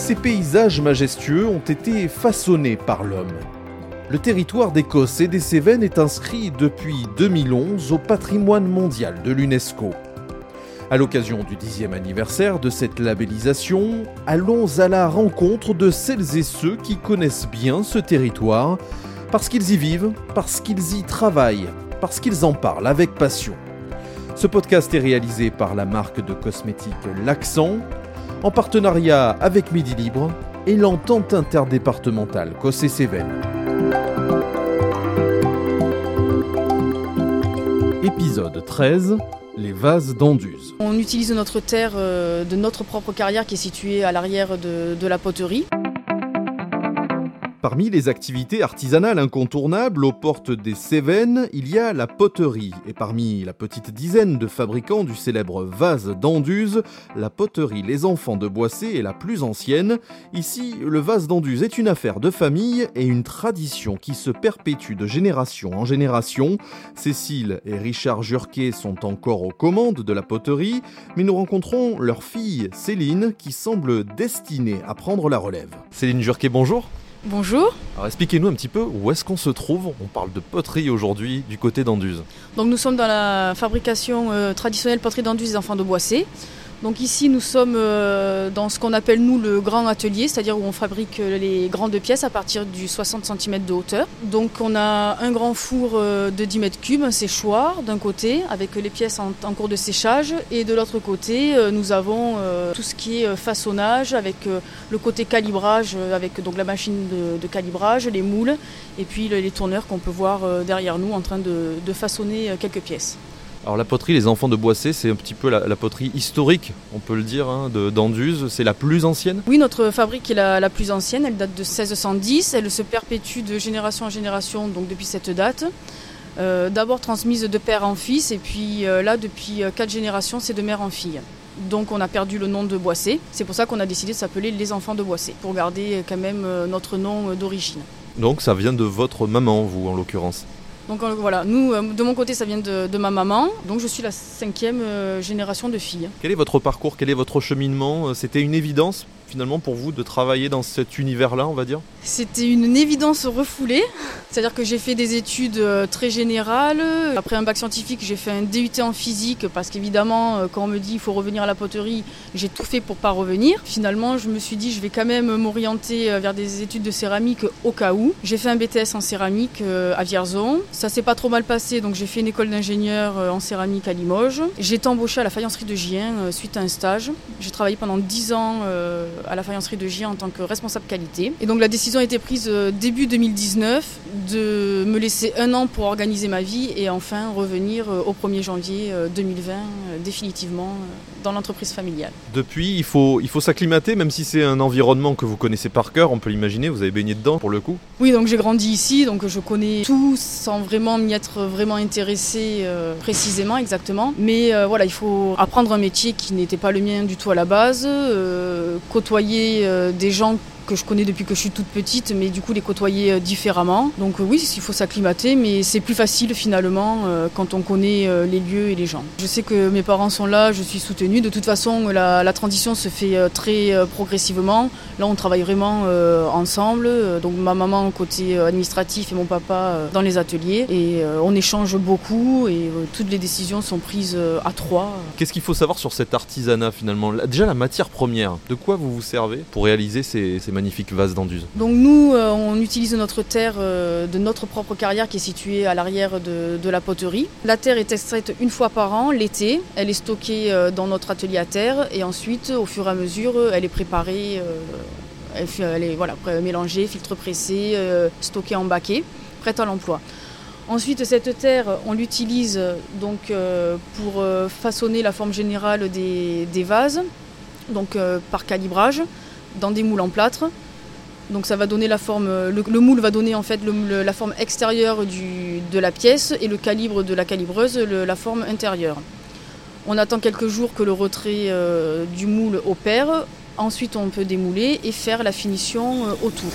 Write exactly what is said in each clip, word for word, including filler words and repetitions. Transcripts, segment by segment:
ces paysages majestueux ont été façonnés par l'homme. Le territoire d'Écosse et des Cévennes est inscrit depuis deux mille onze au patrimoine mondial de l'UNESCO. À l'occasion du dixième anniversaire de cette labellisation, allons à la rencontre de celles et ceux qui connaissent bien ce territoire, parce qu'ils y vivent, parce qu'ils y travaillent, parce qu'ils en parlent avec passion. Ce podcast est réalisé par la marque de cosmétiques L'Accent, en partenariat avec Midi Libre et l'entente interdépartementale Cossé-Cévennes. Épisode treize, les vases d'Anduze. On utilise notre terre euh, de notre propre carrière qui est située à l'arrière de, de la poterie. Parmi les activités artisanales incontournables aux portes des Cévennes, il y a la poterie. Et parmi la petite dizaine de fabricants du célèbre vase d'Anduze, la poterie Les Enfants de Boissé est la plus ancienne. Ici, le vase d'Anduze est une affaire de famille et une tradition qui se perpétue de génération en génération. Cécile et Richard Jurquet sont encore aux commandes de la poterie, mais nous rencontrons leur fille Céline qui semble destinée à prendre la relève. Céline Jurquet, bonjour. Bonjour. Alors expliquez-nous un petit peu où est-ce qu'on se trouve. On parle de poterie aujourd'hui du côté d'Anduze. Donc nous sommes dans la fabrication euh, traditionnelle poterie d'Anduze des Enfants de Boissé. Donc ici nous sommes euh, dans ce qu'on appelle nous le grand atelier, c'est-à-dire où on fabrique les grandes pièces à partir du soixante centimètres de hauteur. Donc on a un grand four euh, de dix mètres cubes, un séchoir d'un côté avec les pièces en, en cours de séchage, et de l'autre côté euh, nous avons euh, tout ce qui est façonnage avec euh, le côté calibrage euh, avec donc la machine de, de calibrage, les moules et puis les, les tourneurs qu'on peut voir euh, derrière nous en train de, de façonner euh, quelques pièces. Alors la poterie Les Enfants de Boissé, c'est un petit peu la, la poterie historique, on peut le dire, hein, de, d'Anduze. C'est la plus ancienne ? Oui, notre fabrique est la, la plus ancienne, elle date de seize cent dix, elle se perpétue de génération en génération donc depuis cette date. Euh, d'abord transmise de père en fils et puis euh, là depuis quatre générations c'est de mère en fille. Donc on a perdu le nom de Boissé, c'est pour ça qu'on a décidé de s'appeler Les Enfants de Boissé, pour garder quand même notre nom d'origine. Donc ça vient de votre maman, vous en l'occurrence ? Donc voilà, nous, de mon côté, ça vient de, de ma maman. Donc je suis la cinquième euh, génération de filles. Quel est votre parcours ? Quel est votre cheminement ? C'était une évidence finalement pour vous de travailler dans cet univers-là, on va dire ? C'était une évidence refoulée. C'est-à-dire que j'ai fait des études très générales. Après un bac scientifique, j'ai fait un D U T en physique parce qu'évidemment, quand on me dit qu'il faut revenir à la poterie, j'ai tout fait pour pas revenir. Finalement, je me suis dit je vais quand même m'orienter vers des études de céramique au cas où. J'ai fait un B T S en céramique à Vierzon. Ça s'est pas trop mal passé, donc j'ai fait une école d'ingénieur en céramique à Limoges. J'ai été embauchée à la faïencerie de Gien suite à un stage. J'ai travaillé pendant dix ans à la faïencerie de Gien en tant que responsable qualité. Et donc la décision a été prise début deux mille dix-neuf de me laisser un an pour organiser ma vie et enfin revenir au premier janvier deux mille vingt définitivement dans l'entreprise familiale. Depuis, il faut, il faut s'acclimater, même si c'est un environnement que vous connaissez par cœur, on peut l'imaginer, vous avez baigné dedans pour le coup. Oui, donc j'ai grandi ici, donc je connais tout sans vraiment m'y être vraiment intéressée euh, précisément, exactement. Mais euh, voilà, il faut apprendre un métier qui n'était pas le mien du tout à la base, euh, côtoyer euh, des gens que je connais depuis que je suis toute petite, mais du coup les côtoyer différemment. Donc euh, oui, il faut s'acclimater, mais c'est plus facile finalement euh, quand on connaît euh, les lieux et les gens. Je sais que mes parents sont là, je suis soutenue. De toute façon, la, la transition se fait euh, très euh, progressivement. Là, on travaille vraiment euh, ensemble. Donc ma maman côté administratif et mon papa euh, dans les ateliers. Et euh, on échange beaucoup et euh, toutes les décisions sont prises euh, à trois. Qu'est-ce qu'il faut savoir sur cet artisanat finalement ? Déjà la matière première, de quoi vous vous servez pour réaliser ces, ces magnifique vase d'Anduze. Donc nous, euh, on utilise notre terre euh, de notre propre carrière qui est située à l'arrière de, de la poterie. La terre est extraite une fois par an, l'été. Elle est stockée euh, dans notre atelier à terre et ensuite, au fur et à mesure, elle est préparée, euh, elle, elle est voilà, mélangée, filtre pressé, euh, stockée en baquet, prête à l'emploi. Ensuite, cette terre, on l'utilise donc euh, pour euh, façonner la forme générale des, des vases, donc euh, par calibrage, dans des moules en plâtre. Donc ça va donner la forme, le, le moule va donner en fait le, le, la forme extérieure du, de la pièce et le calibre de la calibreuse, le, la forme intérieure. On attend quelques jours que le retrait euh, du moule opère. Ensuite, on peut démouler et faire la finition euh, autour.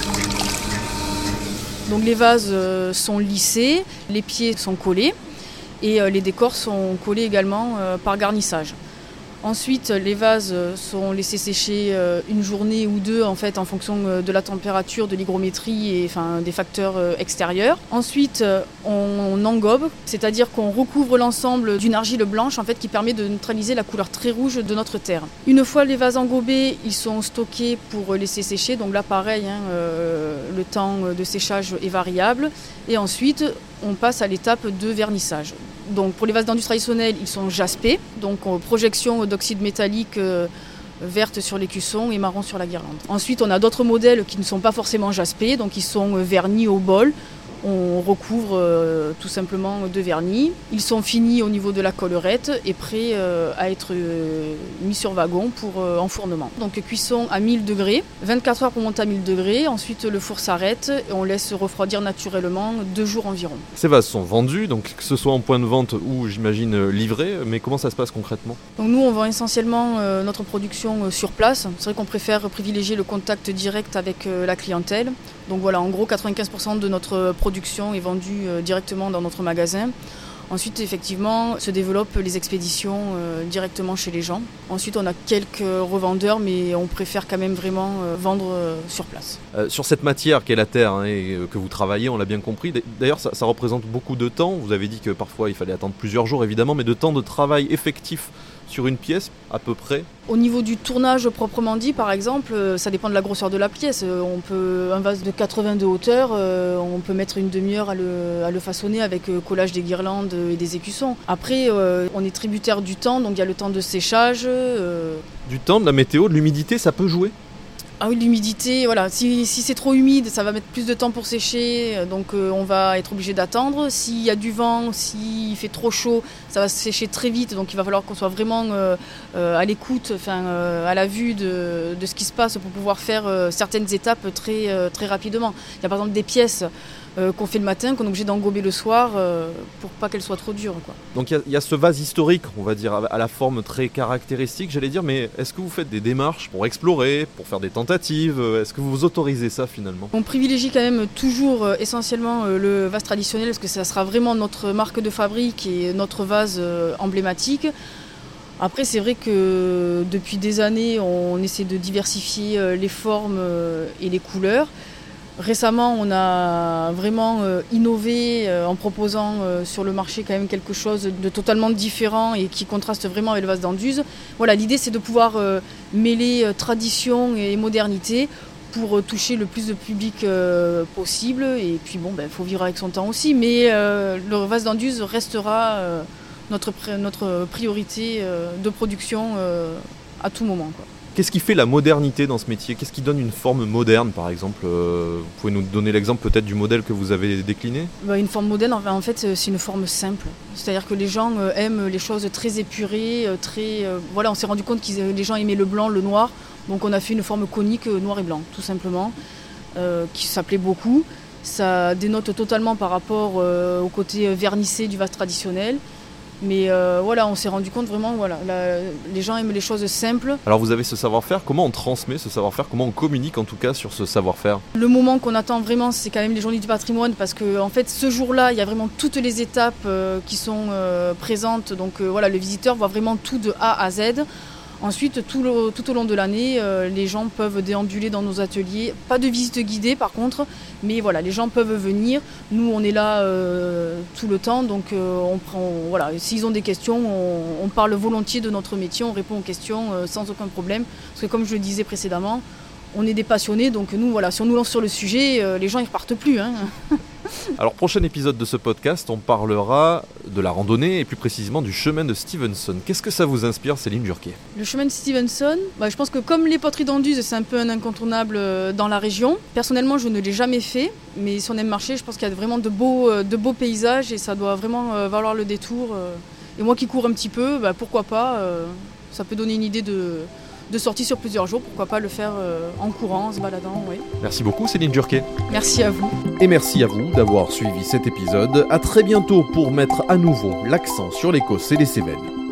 Donc les vases sont lissés, les pieds sont collés et euh, les décors sont collés également euh, par garnissage. Ensuite, les vases sont laissés sécher une journée ou deux en fait en fonction de la température, de l'hygrométrie et enfin, des facteurs extérieurs. Ensuite, on engobe, c'est-à-dire qu'on recouvre l'ensemble d'une argile blanche en fait, qui permet de neutraliser la couleur très rouge de notre terre. Une fois les vases engobés, ils sont stockés pour laisser sécher. Donc là, pareil, hein, euh, le temps de séchage est variable. Et ensuite, on passe à l'étape de vernissage. Donc pour les vases d'Andus traditionnels, ils sont jaspés, donc projection d'oxyde métallique euh, verte sur l'écusson et marron sur la guirlande. Ensuite, on a d'autres modèles qui ne sont pas forcément jaspés, donc ils sont vernis au bol. On recouvre euh, tout simplement de vernis. Ils sont finis au niveau de la collerette et prêts euh, à être euh, mis sur wagon pour euh, enfournement. Donc cuisson à mille degrés, vingt-quatre heures pour monter à mille degrés. Ensuite le four s'arrête et on laisse refroidir naturellement deux jours environ. Ces vases sont vendus, donc que ce soit en point de vente ou j'imagine livrés, mais comment ça se passe concrètement ? Donc nous on vend essentiellement euh, notre production euh, sur place. C'est vrai qu'on préfère privilégier le contact direct avec euh, la clientèle. Donc voilà, en gros quatre-vingt-quinze pour cent de notre production est vendue euh, directement dans notre magasin. Ensuite, effectivement, se développent les expéditions euh, directement chez les gens. Ensuite, on a quelques revendeurs, mais on préfère quand même vraiment euh, vendre euh, sur place. Euh, sur cette matière qu'est la terre hein, et euh, que vous travaillez, on l'a bien compris. D'ailleurs, ça, ça représente beaucoup de temps. Vous avez dit que parfois, il fallait attendre plusieurs jours, évidemment, mais de temps de travail effectif sur une pièce, à peu près. Au niveau du tournage proprement dit, par exemple, ça dépend de la grosseur de la pièce. On peut, un vase de quatre-vingts de hauteur, on peut mettre une demi-heure à le, à le façonner avec collage des guirlandes et des écussons. Après, on est tributaire du temps, donc il y a le temps de séchage. Du temps, de la météo, de l'humidité, ça peut jouer ? Ah oui, l'humidité, voilà. Si, si c'est trop humide, ça va mettre plus de temps pour sécher, donc euh, on va être obligé d'attendre. S'il y a du vent, s'il fait trop chaud, ça va sécher très vite, donc il va falloir qu'on soit vraiment euh, euh, à l'écoute, enfin, euh, à la vue de, de ce qui se passe pour pouvoir faire euh, certaines étapes très, euh, très rapidement. Il y a par exemple des pièces euh, qu'on fait le matin, qu'on est obligé d'engober le soir euh, pour pas qu'elles soient trop dures, quoi. Donc il y, y a ce vase historique, on va dire, à la forme très caractéristique, j'allais dire, mais est-ce que vous faites des démarches pour explorer, pour faire des tentatives ? Est-ce que vous autorisez ça finalement ? On privilégie quand même toujours euh, essentiellement euh, le vase traditionnel parce que ça sera vraiment notre marque de fabrique et notre vase euh, emblématique. Après, c'est vrai que depuis des années, on essaie de diversifier euh, les formes euh, et les couleurs. Récemment, on a vraiment euh, innové euh, en proposant euh, sur le marché quand même quelque chose de totalement différent et qui contraste vraiment avec le vase d'Andus. Voilà, l'idée c'est de pouvoir euh, mêler euh, tradition et modernité pour euh, toucher le plus de public euh, possible. Et puis bon, ben, faut vivre avec son temps aussi, mais euh, le vase d'Andus restera euh, notre, notre priorité euh, de production euh, à tout moment, quoi. Qu'est-ce qui fait la modernité dans ce métier ? Qu'est-ce qui donne une forme moderne, par exemple ? euh, Vous pouvez nous donner l'exemple peut-être du modèle que vous avez décliné ? Bah, une forme moderne, en fait, c'est une forme simple. C'est-à-dire que les gens euh, aiment les choses très épurées, euh, très... Euh, voilà, on s'est rendu compte que les gens aimaient le blanc, le noir. Donc on a fait une forme conique, euh, noir et blanc, tout simplement, euh, qui s'appelait beaucoup. Ça dénote totalement par rapport euh, au côté vernissé du vase traditionnel. Mais euh, voilà, on s'est rendu compte vraiment, voilà, la, les gens aiment les choses simples. Alors vous avez ce savoir-faire, comment on transmet ce savoir-faire, comment on communique en tout cas sur ce savoir-faire ? Le moment qu'on attend vraiment, c'est quand même les journées du patrimoine parce que en fait, ce jour-là, il y a vraiment toutes les étapes euh, qui sont euh, présentes. Donc euh, voilà, le visiteur voit vraiment tout de A à Z. Ensuite, tout, le, tout au long de l'année, euh, les gens peuvent déambuler dans nos ateliers. Pas de visite guidée par contre, mais voilà, les gens peuvent venir. Nous, on est là euh, tout le temps, donc euh, on prend, on, voilà, s'ils ont des questions, on, on parle volontiers de notre métier, on répond aux questions euh, sans aucun problème. Parce que comme je le disais précédemment, on est des passionnés, donc nous, voilà, si on nous lance sur le sujet, euh, les gens ils repartent plus, hein. Alors, prochain épisode de ce podcast, on parlera de la randonnée et plus précisément du chemin de Stevenson. Qu'est-ce que ça vous inspire, Céline Durquet ? Le chemin de Stevenson, bah, je pense que comme les poteries d'Andus, c'est un peu un incontournable dans la région. Personnellement, je ne l'ai jamais fait, mais si on aime marcher, je pense qu'il y a vraiment de beaux, de beaux paysages et ça doit vraiment valoir le détour. Et moi qui cours un petit peu, bah, pourquoi pas, ça peut donner une idée de... de sortie sur plusieurs jours, pourquoi pas le faire euh, en courant, en se baladant, oui. Merci beaucoup Céline Durquet. Merci à vous. Et merci à vous d'avoir suivi cet épisode. À très bientôt pour mettre à nouveau l'accent sur l'Écosse et les Cévennes.